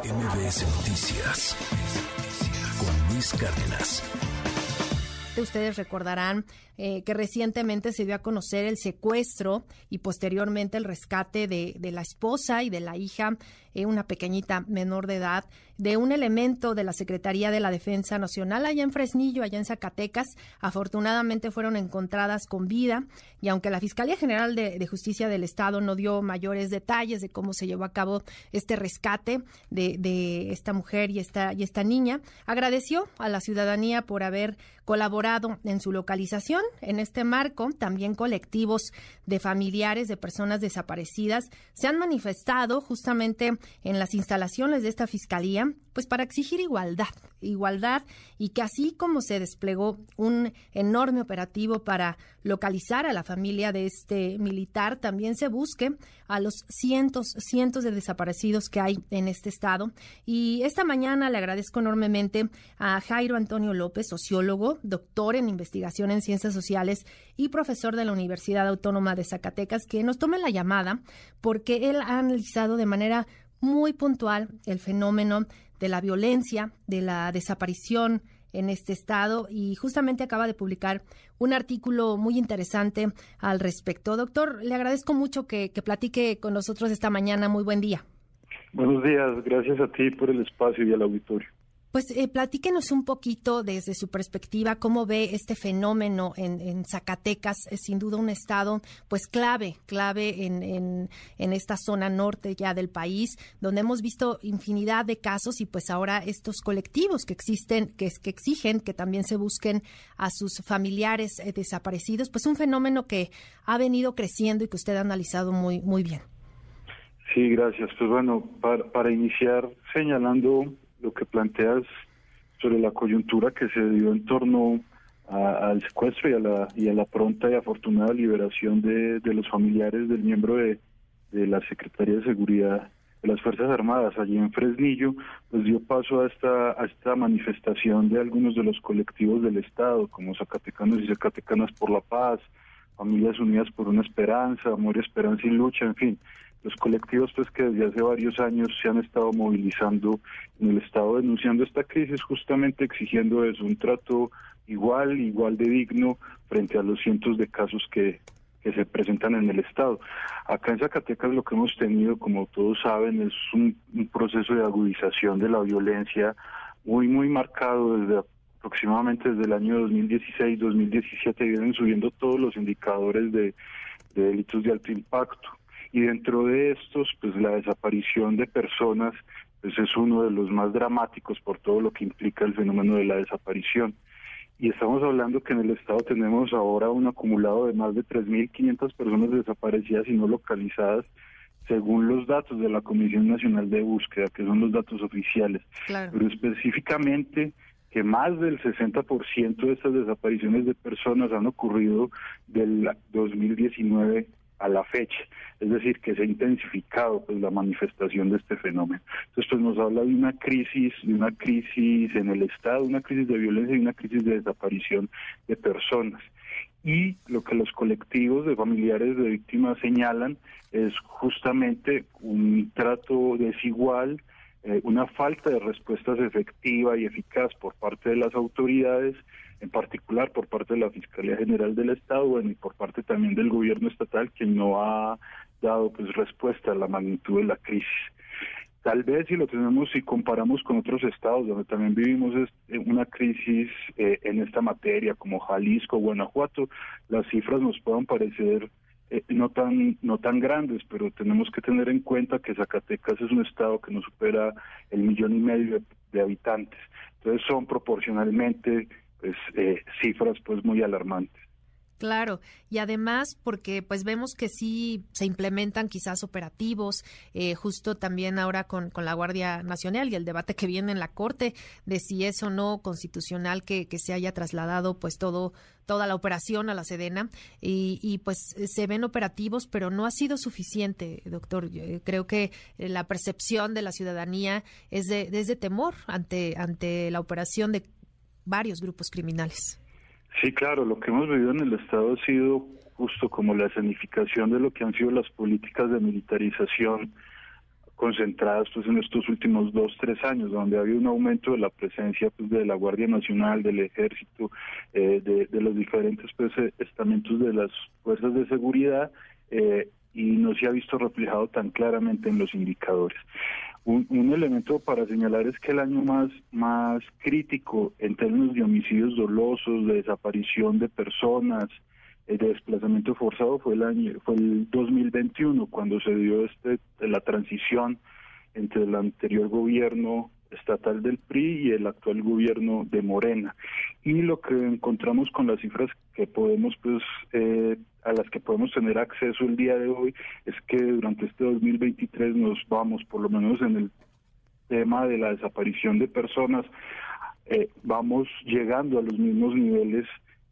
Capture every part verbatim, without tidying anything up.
M B S Noticias con Luis Cárdenas. Ustedes recordarán eh, que recientemente se dio a conocer el secuestro y posteriormente el rescate de, de la esposa y de la hija, eh, una pequeñita menor de edad, de un elemento de la Secretaría de la Defensa Nacional allá en Fresnillo, allá en Zacatecas. Afortunadamente fueron encontradas con vida y aunque la Fiscalía General de, de Justicia del Estado no dio mayores detalles de cómo se llevó a cabo este rescate de, de esta mujer y esta, y esta niña, agradeció a la ciudadanía por haber colaborado en su localización. En este marco, también colectivos de familiares de personas desaparecidas se han manifestado justamente en las instalaciones de esta fiscalía, pues para exigir igualdad, igualdad y que así como se desplegó un enorme operativo para localizar a la familia de este militar, también se busque a los cientos, cientos de desaparecidos que hay en este estado. Y esta mañana le agradezco enormemente a Jairo Antonio López, sociólogo, doctor en investigación en ciencias sociales y profesor de la Universidad Autónoma de Zacatecas, que nos tome la llamada porque él ha analizado de manera muy puntual el fenómeno de la violencia, de la desaparición en este estado y justamente acaba de publicar un artículo muy interesante al respecto. Doctor, le agradezco mucho que, que platique con nosotros esta mañana. Muy buen día. Buenos días, gracias a ti por el espacio y al auditorio. Pues eh, platíquenos un poquito desde su perspectiva, cómo ve este fenómeno en, en Zacatecas, es sin duda un estado pues clave, clave en, en, en esta zona norte ya del país, donde hemos visto infinidad de casos y pues ahora estos colectivos que existen, que, que exigen que también se busquen a sus familiares eh, desaparecidos, pues un fenómeno que ha venido creciendo y que usted ha analizado muy, muy bien. Sí, gracias. Pues bueno, para, para iniciar señalando lo que planteas sobre la coyuntura que se dio en torno a, al secuestro y a la y a la pronta y afortunada liberación de, de los familiares del miembro de, de la Secretaría de Seguridad de las Fuerzas Armadas allí en Fresnillo, pues dio paso a esta a esta manifestación de algunos de los colectivos del Estado, como Zacatecanos y Zacatecanas por la Paz, Familias Unidas por una Esperanza, Amor, Esperanza y Lucha, en fin, los colectivos pues que desde hace varios años se han estado movilizando en el Estado denunciando esta crisis, justamente exigiendo eso, un trato igual, igual de digno frente a los cientos de casos que, que se presentan en el Estado. Acá en Zacatecas lo que hemos tenido, como todos saben, es un, un proceso de agudización de la violencia muy, muy marcado desde aproximadamente desde el año dos mil dieciséis, dos mil diecisiete, vienen subiendo todos los indicadores de, de delitos de alto impacto. Y dentro de estos, pues la desaparición de personas pues es uno de los más dramáticos por todo lo que implica el fenómeno de la desaparición. Y estamos hablando que en el estado tenemos ahora un acumulado de más de tres mil quinientas personas desaparecidas y no localizadas, según los datos de la Comisión Nacional de Búsqueda, que son los datos oficiales. Claro. Pero específicamente que más del sesenta por ciento de estas desapariciones de personas han ocurrido del dos mil diecinueve a la fecha, es decir, que se ha intensificado pues la manifestación de este fenómeno. Entonces, pues nos habla de una crisis, de una crisis en el Estado, una crisis de violencia y una crisis de desaparición de personas. Y lo que los colectivos de familiares de víctimas señalan es justamente un trato desigual, eh, una falta de respuestas efectiva y eficaz por parte de las autoridades, en particular por parte de la Fiscalía General del Estado, bueno, y por parte también del gobierno estatal, que no ha dado pues respuesta a la magnitud de la crisis. Tal vez si lo tenemos, si comparamos con otros estados donde también vivimos una crisis eh, en esta materia, como Jalisco, Guanajuato, las cifras nos puedan parecer eh, no tan no tan grandes, pero tenemos que tener en cuenta que Zacatecas es un estado que no supera el millón y medio de, de habitantes. Entonces son proporcionalmente pues eh, cifras pues muy alarmantes. Claro, y además porque pues vemos que sí se implementan quizás operativos, eh, justo también ahora con, con la Guardia Nacional y el debate que viene en la Corte de si es o no constitucional que, que se haya trasladado pues todo toda la operación a la Sedena y, y pues se ven operativos, pero no ha sido suficiente, doctor. Yo creo que la percepción de la ciudadanía es de, es de temor ante, ante la operación de varios grupos criminales. Sí, claro, lo que hemos vivido en el Estado ha sido justo como la escenificación de lo que han sido las políticas de militarización concentradas pues en estos últimos dos, tres años, donde había un aumento de la presencia pues de la Guardia Nacional, del Ejército, eh, de, de los diferentes pues estamentos de las fuerzas de seguridad, eh, y no se ha visto reflejado tan claramente en los indicadores. Un, un elemento para señalar es que el año más, más crítico en términos de homicidios dolosos, de desaparición de personas, de desplazamiento forzado fue el año fue el dos mil veintiuno, cuando se dio este la transición entre el anterior gobierno estatal del P R I y el actual gobierno de Morena. Y lo que encontramos con las cifras que podemos pues eh, a las que podemos tener acceso el día de hoy es que durante este dos mil veintitrés nos vamos, por lo menos en el tema de la desaparición de personas, eh, vamos llegando a los mismos niveles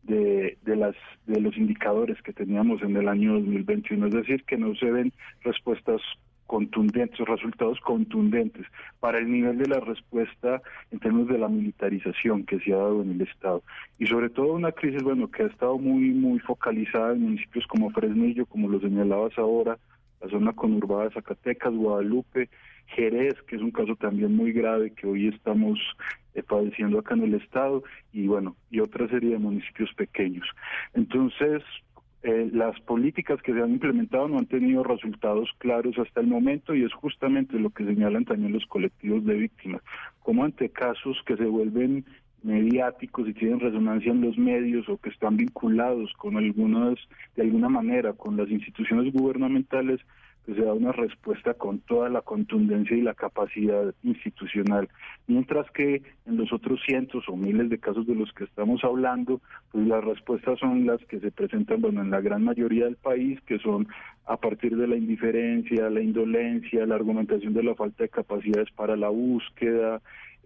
de de las de los indicadores que teníamos en el año dos mil veintiuno, es decir, que no se ven respuestas contundentes, resultados contundentes para el nivel de la respuesta en términos de la militarización que se ha dado en el Estado. Y sobre todo una crisis, bueno, que ha estado muy muy focalizada en municipios como Fresnillo, como lo señalabas ahora, la zona conurbada de Zacatecas, Guadalupe, Jerez, que es un caso también muy grave que hoy estamos eh, padeciendo acá en el Estado, y bueno, y otra serie de municipios pequeños. Entonces, Eh, las políticas que se han implementado no han tenido resultados claros hasta el momento, y es justamente lo que señalan también los colectivos de víctimas, como ante casos que se vuelven mediáticos y tienen resonancia en los medios o que están vinculados con algunas, de alguna manera, con las instituciones gubernamentales, que se da una respuesta con toda la contundencia y la capacidad institucional, mientras que en los otros cientos o miles de casos de los que estamos hablando, pues las respuestas son las que se presentan, bueno, en la gran mayoría del país, que son a partir de la indiferencia, la indolencia, la argumentación de la falta de capacidades para la búsqueda,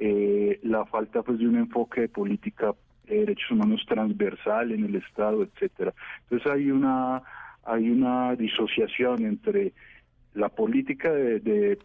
eh, la falta pues de un enfoque de política de derechos humanos transversal en el Estado, etcétera. Entonces hay una hay una disociación entre la política de, de,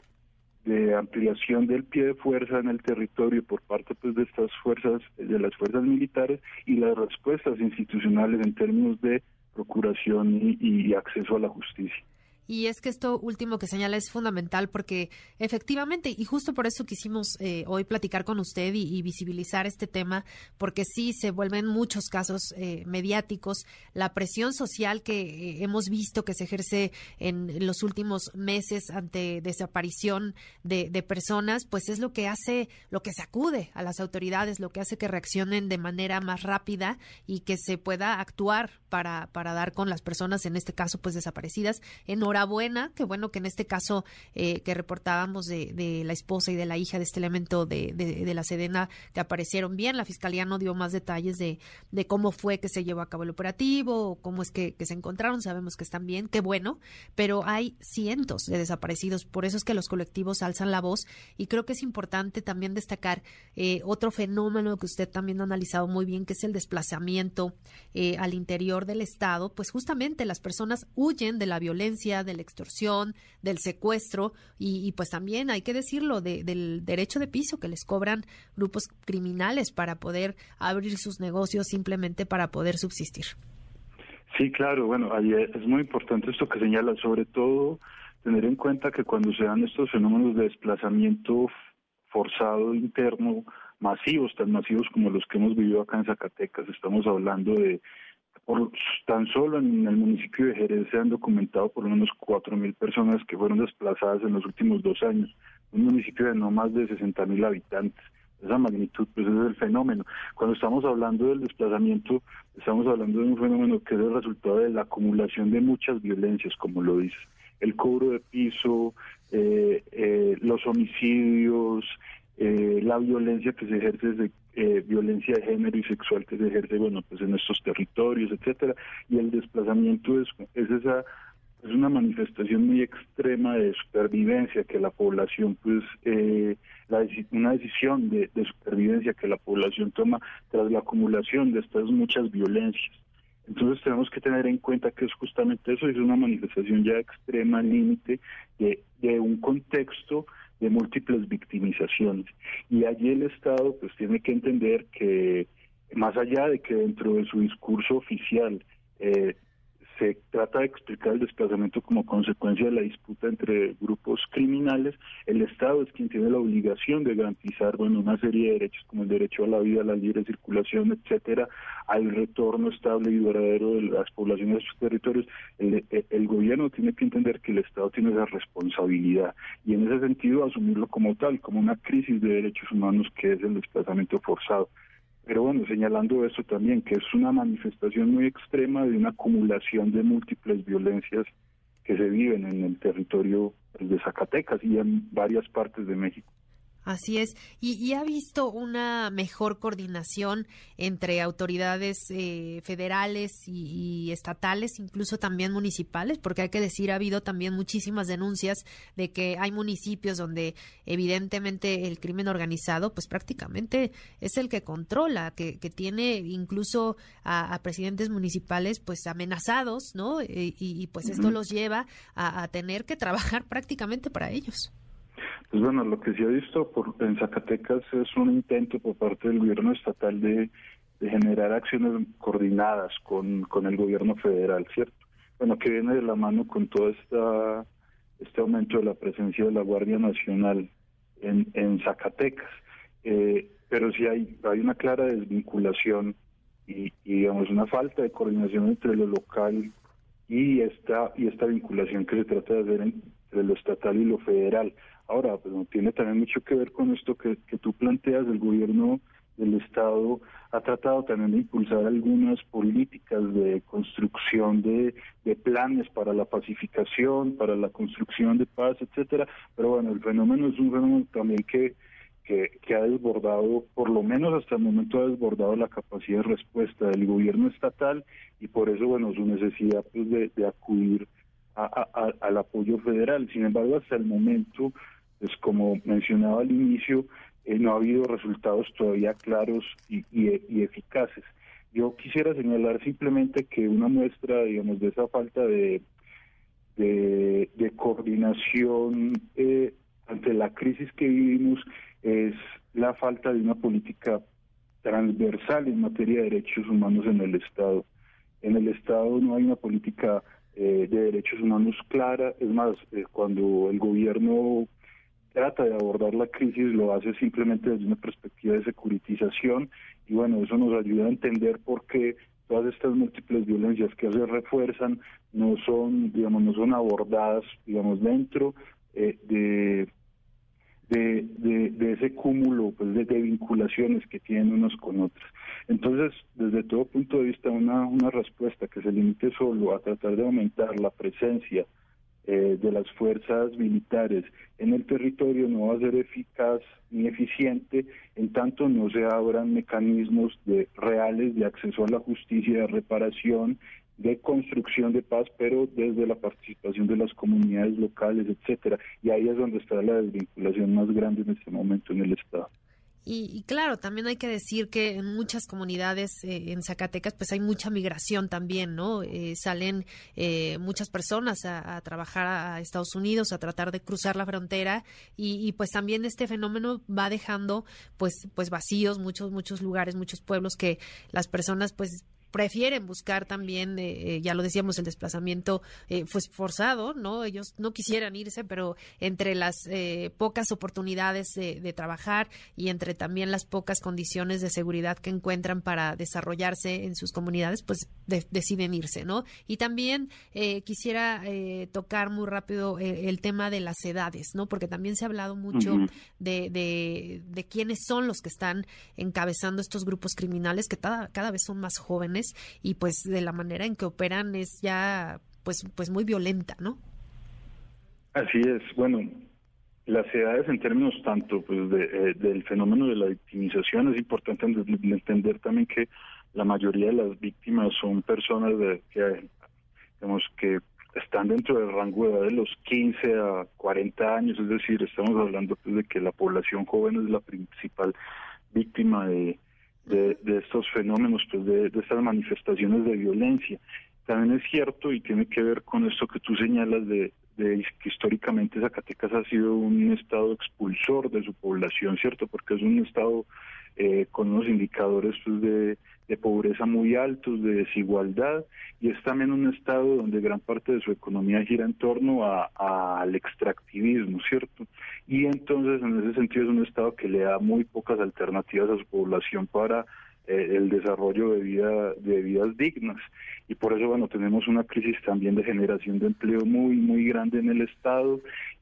de ampliación del pie de fuerza en el territorio por parte pues de estas fuerzas, de las fuerzas militares, y las respuestas institucionales en términos de procuración y, y acceso a la justicia. Y es que esto último que señala es fundamental porque efectivamente, y justo por eso quisimos eh, hoy platicar con usted y, y visibilizar este tema, porque sí se vuelven muchos casos eh, mediáticos, la presión social que eh, hemos visto que se ejerce en, en los últimos meses ante desaparición de, de personas, pues es lo que hace, lo que sacude a las autoridades, lo que hace que reaccionen de manera más rápida y que se pueda actuar para, para dar con las personas, en este caso pues desaparecidas. Enhorabuena, qué bueno que en este caso eh, que reportábamos de, de la esposa y de la hija de este elemento de, de, de la Sedena, que aparecieron bien. La Fiscalía no dio más detalles de, de cómo fue que se llevó a cabo el operativo o cómo es que, que se encontraron. Sabemos que están bien, qué bueno, pero hay cientos de desaparecidos. Por eso es que los colectivos alzan la voz, y creo que es importante también destacar eh, otro fenómeno que usted también ha analizado muy bien, que es el desplazamiento eh, al interior del Estado. Pues justamente las personas huyen de la violencia, de la extorsión, del secuestro, y, y pues también hay que decirlo, de, del derecho de piso que les cobran grupos criminales para poder abrir sus negocios, simplemente para poder subsistir. Sí, claro, bueno, ahí es muy importante esto que señala, sobre todo tener en cuenta que cuando se dan estos fenómenos de desplazamiento forzado interno, masivos, tan masivos como los que hemos vivido acá en Zacatecas, estamos hablando de Por, tan solo en el municipio de Jerez se han documentado por lo menos cuatro mil personas que fueron desplazadas en los últimos dos años, un municipio de no más de sesenta mil habitantes. Esa magnitud, pues ese es el fenómeno. Cuando estamos hablando del desplazamiento, estamos hablando de un fenómeno que es el resultado de la acumulación de muchas violencias, como lo dice. El cobro de piso, eh, eh, los homicidios, eh, la violencia que se ejerce desde Eh, violencia de género y sexual que se ejerce, bueno, pues en estos territorios, etcétera, y el desplazamiento es, es esa es una manifestación muy extrema de supervivencia que la población, pues, eh, la, una decisión de, de supervivencia que la población toma tras la acumulación de estas muchas violencias. Entonces tenemos que tener en cuenta que es justamente eso, es una manifestación ya extrema, al límite de, de un contexto de múltiples victimizaciones. Y allí el Estado pues tiene que entender que, más allá de que dentro de su discurso oficial eh, se trata de explicar el desplazamiento como consecuencia de la disputa entre grupos criminales. El Estado es quien tiene la obligación de garantizar, bueno, una serie de derechos como el derecho a la vida, a la libre circulación, etcétera, al retorno estable y duradero de las poblaciones de sus territorios. El, el, el gobierno tiene que entender que el Estado tiene esa responsabilidad y en ese sentido asumirlo como tal, como una crisis de derechos humanos que es el desplazamiento forzado. Pero bueno, señalando eso también, que es una manifestación muy extrema de una acumulación de múltiples violencias que se viven en el territorio de Zacatecas y en varias partes de México. Así es. ¿Y, y ha visto una mejor coordinación entre autoridades eh, federales y, y estatales, incluso también municipales? Porque hay que decir, ha habido también muchísimas denuncias de que hay municipios donde evidentemente el crimen organizado pues prácticamente es el que controla, que, que tiene incluso a, a presidentes municipales pues amenazados, ¿no? Y, y pues esto uh-huh. los lleva a, a tener que trabajar prácticamente para ellos. Pues bueno, lo que sí he visto por, en Zacatecas es un intento por parte del gobierno estatal de, de generar acciones coordinadas con, con el gobierno federal, ¿cierto? Bueno, que viene de la mano con todo esta, este aumento de la presencia de la Guardia Nacional en, en Zacatecas. Eh, pero sí hay, hay una clara desvinculación y, y, digamos, una falta de coordinación entre lo local y esta, y esta vinculación que se trata de hacer entre lo estatal y lo federal. Ahora, pues no tiene también mucho que ver con esto que, que tú planteas. El gobierno del Estado ha tratado también de impulsar algunas políticas de construcción de, de planes para la pacificación, para la construcción de paz, etcétera. Pero bueno, el fenómeno es un fenómeno también que, que, que ha desbordado, por lo menos hasta el momento ha desbordado la capacidad de respuesta del gobierno estatal y por eso, bueno, su necesidad pues de, de acudir a, a, al apoyo federal. Sin embargo, hasta el momento, pues como mencionaba al inicio, eh, no ha habido resultados todavía claros y, y, y eficaces. Yo quisiera señalar simplemente que una muestra, digamos, de esa falta de, de, de coordinación eh, ante la crisis que vivimos es la falta de una política transversal en materia de derechos humanos en el Estado. En el Estado no hay una política eh, de derechos humanos clara. Es más, eh, cuando el gobierno trata de abordar la crisis, lo hace simplemente desde una perspectiva de securitización y bueno, eso nos ayuda a entender por qué todas estas múltiples violencias que se refuerzan no son, digamos, no son abordadas, digamos, dentro eh, de, de, de, de ese cúmulo pues, de, de vinculaciones que tienen unos con otros. Entonces, desde todo punto de vista, una, una respuesta que se limite solo a tratar de aumentar la presencia Eh, de las fuerzas militares en el territorio no va a ser eficaz ni eficiente en tanto no se abran mecanismos de reales de acceso a la justicia, de reparación, de construcción de paz, pero desde la participación de las comunidades locales, etcétera. Y ahí es donde está la desvinculación más grande en este momento en el Estado. Y, y claro, también hay que decir que en muchas comunidades eh, en Zacatecas pues hay mucha migración también, ¿no? Eh, salen eh, muchas personas a, a trabajar a Estados Unidos, a tratar de cruzar la frontera y, y pues también este fenómeno va dejando pues pues vacíos muchos muchos lugares, muchos pueblos que las personas pues prefieren buscar también, eh, ya lo decíamos, el desplazamiento eh, pues forzado, ¿no? Ellos no quisieran irse, pero entre las eh, pocas oportunidades de, de trabajar y entre también las pocas condiciones de seguridad que encuentran para desarrollarse en sus comunidades, pues de, deciden irse, ¿no? Y también eh, quisiera eh, tocar muy rápido eh, el tema de las edades, ¿no? Porque también se ha hablado mucho uh-huh. de, de, de quiénes son los que están encabezando estos grupos criminales, que cada, cada vez son más jóvenes, y pues de la manera en que operan es ya pues pues muy violenta, ¿no? Así es. Bueno, las edades en términos tanto pues de, eh, del fenómeno de la victimización, es importante entender también que la mayoría de las víctimas son personas de, que digamos que están dentro del rango de edad de los quince a cuarenta años, es decir, estamos hablando pues de que la población joven es la principal víctima de De, de estos fenómenos, pues de, de estas manifestaciones de violencia. También es cierto y tiene que ver con esto que tú señalas de, de que históricamente Zacatecas ha sido un estado expulsor de su población, ¿cierto? Porque es un estado eh, con unos indicadores pues, de, de pobreza muy altos, de desigualdad, y es también un estado donde gran parte de su economía gira en torno a, a, al extractivismo, ¿cierto? Y entonces, en ese sentido, es un estado que le da muy pocas alternativas a su población para eh, el desarrollo de vida de vidas dignas. Y por eso, bueno, tenemos una crisis también de generación de empleo muy, muy grande en el estado,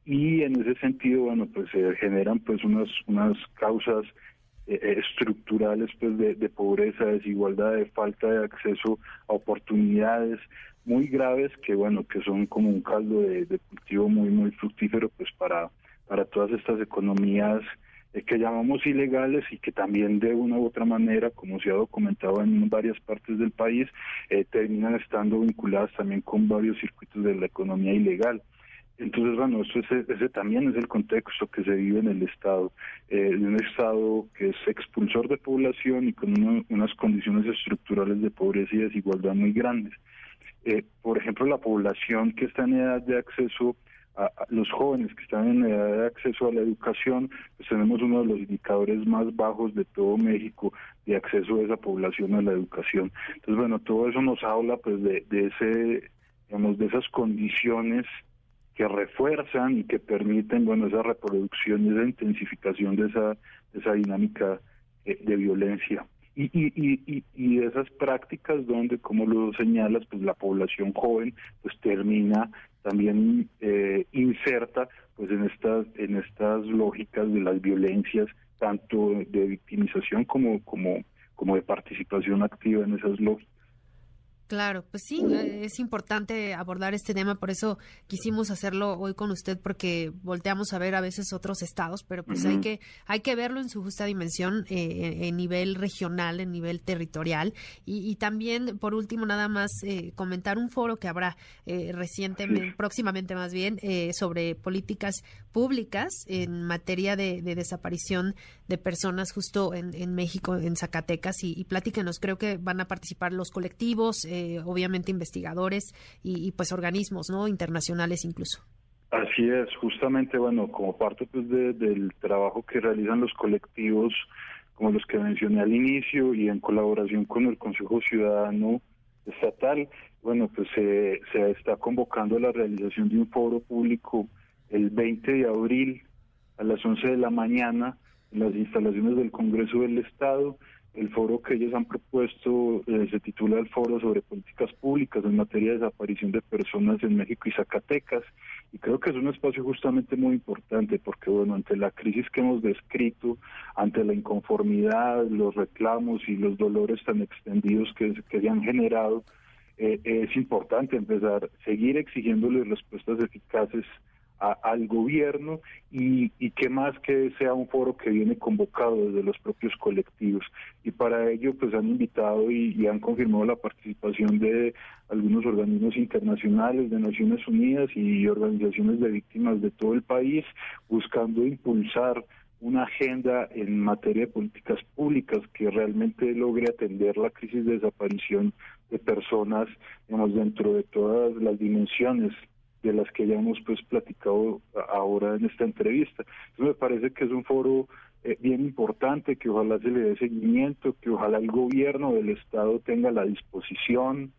y en ese sentido, bueno, pues se generan pues unas, unas causas eh, estructurales pues de, de pobreza, de desigualdad, de falta de acceso a oportunidades muy graves que, bueno, que son como un caldo de, de cultivo muy, muy fructífero pues para, para todas estas economías eh, que llamamos ilegales y que también de una u otra manera, como se ha documentado en varias partes del país, eh, terminan estando vinculadas también con varios circuitos de la economía ilegal. Entonces, bueno, eso es, ese también es el contexto que se vive en el Estado, eh, un Estado que es expulsor de población y con una, unas condiciones estructurales de pobreza y desigualdad muy grandes. Eh, por ejemplo, la población que está en edad de acceso a, a los jóvenes que están en edad de acceso a la educación, pues tenemos uno de los indicadores más bajos de todo México de acceso de esa población a la educación. Entonces, bueno, todo eso nos habla pues de, de ese, digamos, de esas condiciones que refuerzan y que permiten, bueno, esa reproducción y esa intensificación de esa, de esa dinámica eh, de violencia. Y, y, y, y esas prácticas donde, como lo señalas, pues la población joven pues termina también eh, inserta pues en estas en estas lógicas de las violencias, tanto de victimización como como como de participación activa en esas lógicas. Claro, pues sí, es importante abordar este tema, por eso quisimos hacerlo hoy con usted, porque volteamos a ver a veces otros estados, pero pues uh-huh. hay que hay que verlo en su justa dimensión, eh, en nivel regional, en nivel territorial, y, y también, por último, nada más eh, comentar un foro que habrá eh, recientemente, sí. próximamente más bien, eh, sobre políticas públicas en materia de, de desaparición de personas justo en, en México, en Zacatecas, y, y platíquenos, creo que van a participar los colectivos, eh, Eh, obviamente investigadores y, y pues organismos, ¿no?, internacionales incluso. Así es, justamente, bueno, como parte pues de, del trabajo que realizan los colectivos, como los que mencioné al inicio, y en colaboración con el Consejo Ciudadano Estatal, bueno, pues se, se está convocando a la realización de un foro público el veinte de abril a las once de la mañana en las instalaciones del Congreso del Estado. El foro que ellos han propuesto eh, se titula el Foro sobre Políticas Públicas en materia de desaparición de personas en México y Zacatecas, y creo que es un espacio justamente muy importante porque, bueno, ante la crisis que hemos descrito, ante la inconformidad, los reclamos y los dolores tan extendidos que, que se han generado, eh, es importante empezar, seguir exigiéndole respuestas eficaces A, al gobierno y, y que más que sea un foro que viene convocado desde los propios colectivos, y para ello pues han invitado y, y han confirmado la participación de algunos organismos internacionales, de Naciones Unidas y organizaciones de víctimas de todo el país, buscando impulsar una agenda en materia de políticas públicas que realmente logre atender la crisis de desaparición de personas, digamos, dentro de todas las dimensiones de las que ya hemos pues platicado ahora en esta entrevista. Entonces me parece que es un foro eh, bien importante, que ojalá se le dé seguimiento, que ojalá el gobierno del Estado tenga la disposición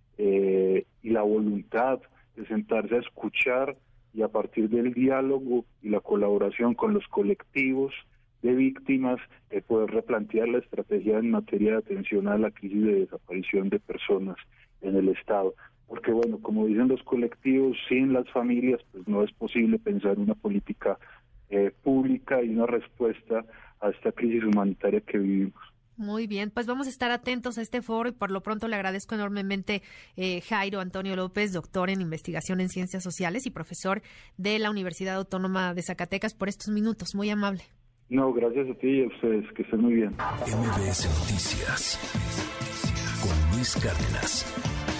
eh, y la voluntad de sentarse a escuchar, y a partir del diálogo y la colaboración con los colectivos de víctimas, eh, poder replantear la estrategia en materia de atención a la crisis de desaparición de personas en el Estado. Porque, bueno, como dicen los colectivos, sin las familias pues no es posible pensar una política eh, pública y una respuesta a esta crisis humanitaria que vivimos. Muy bien, pues vamos a estar atentos a este foro, y por lo pronto le agradezco enormemente eh, Jairo Antonio López, doctor en investigación en ciencias sociales y profesor de la Universidad Autónoma de Zacatecas, por estos minutos. Muy amable. No, gracias a ti y a ustedes, que estén muy bien. M B S Noticias con Luis Cárdenas.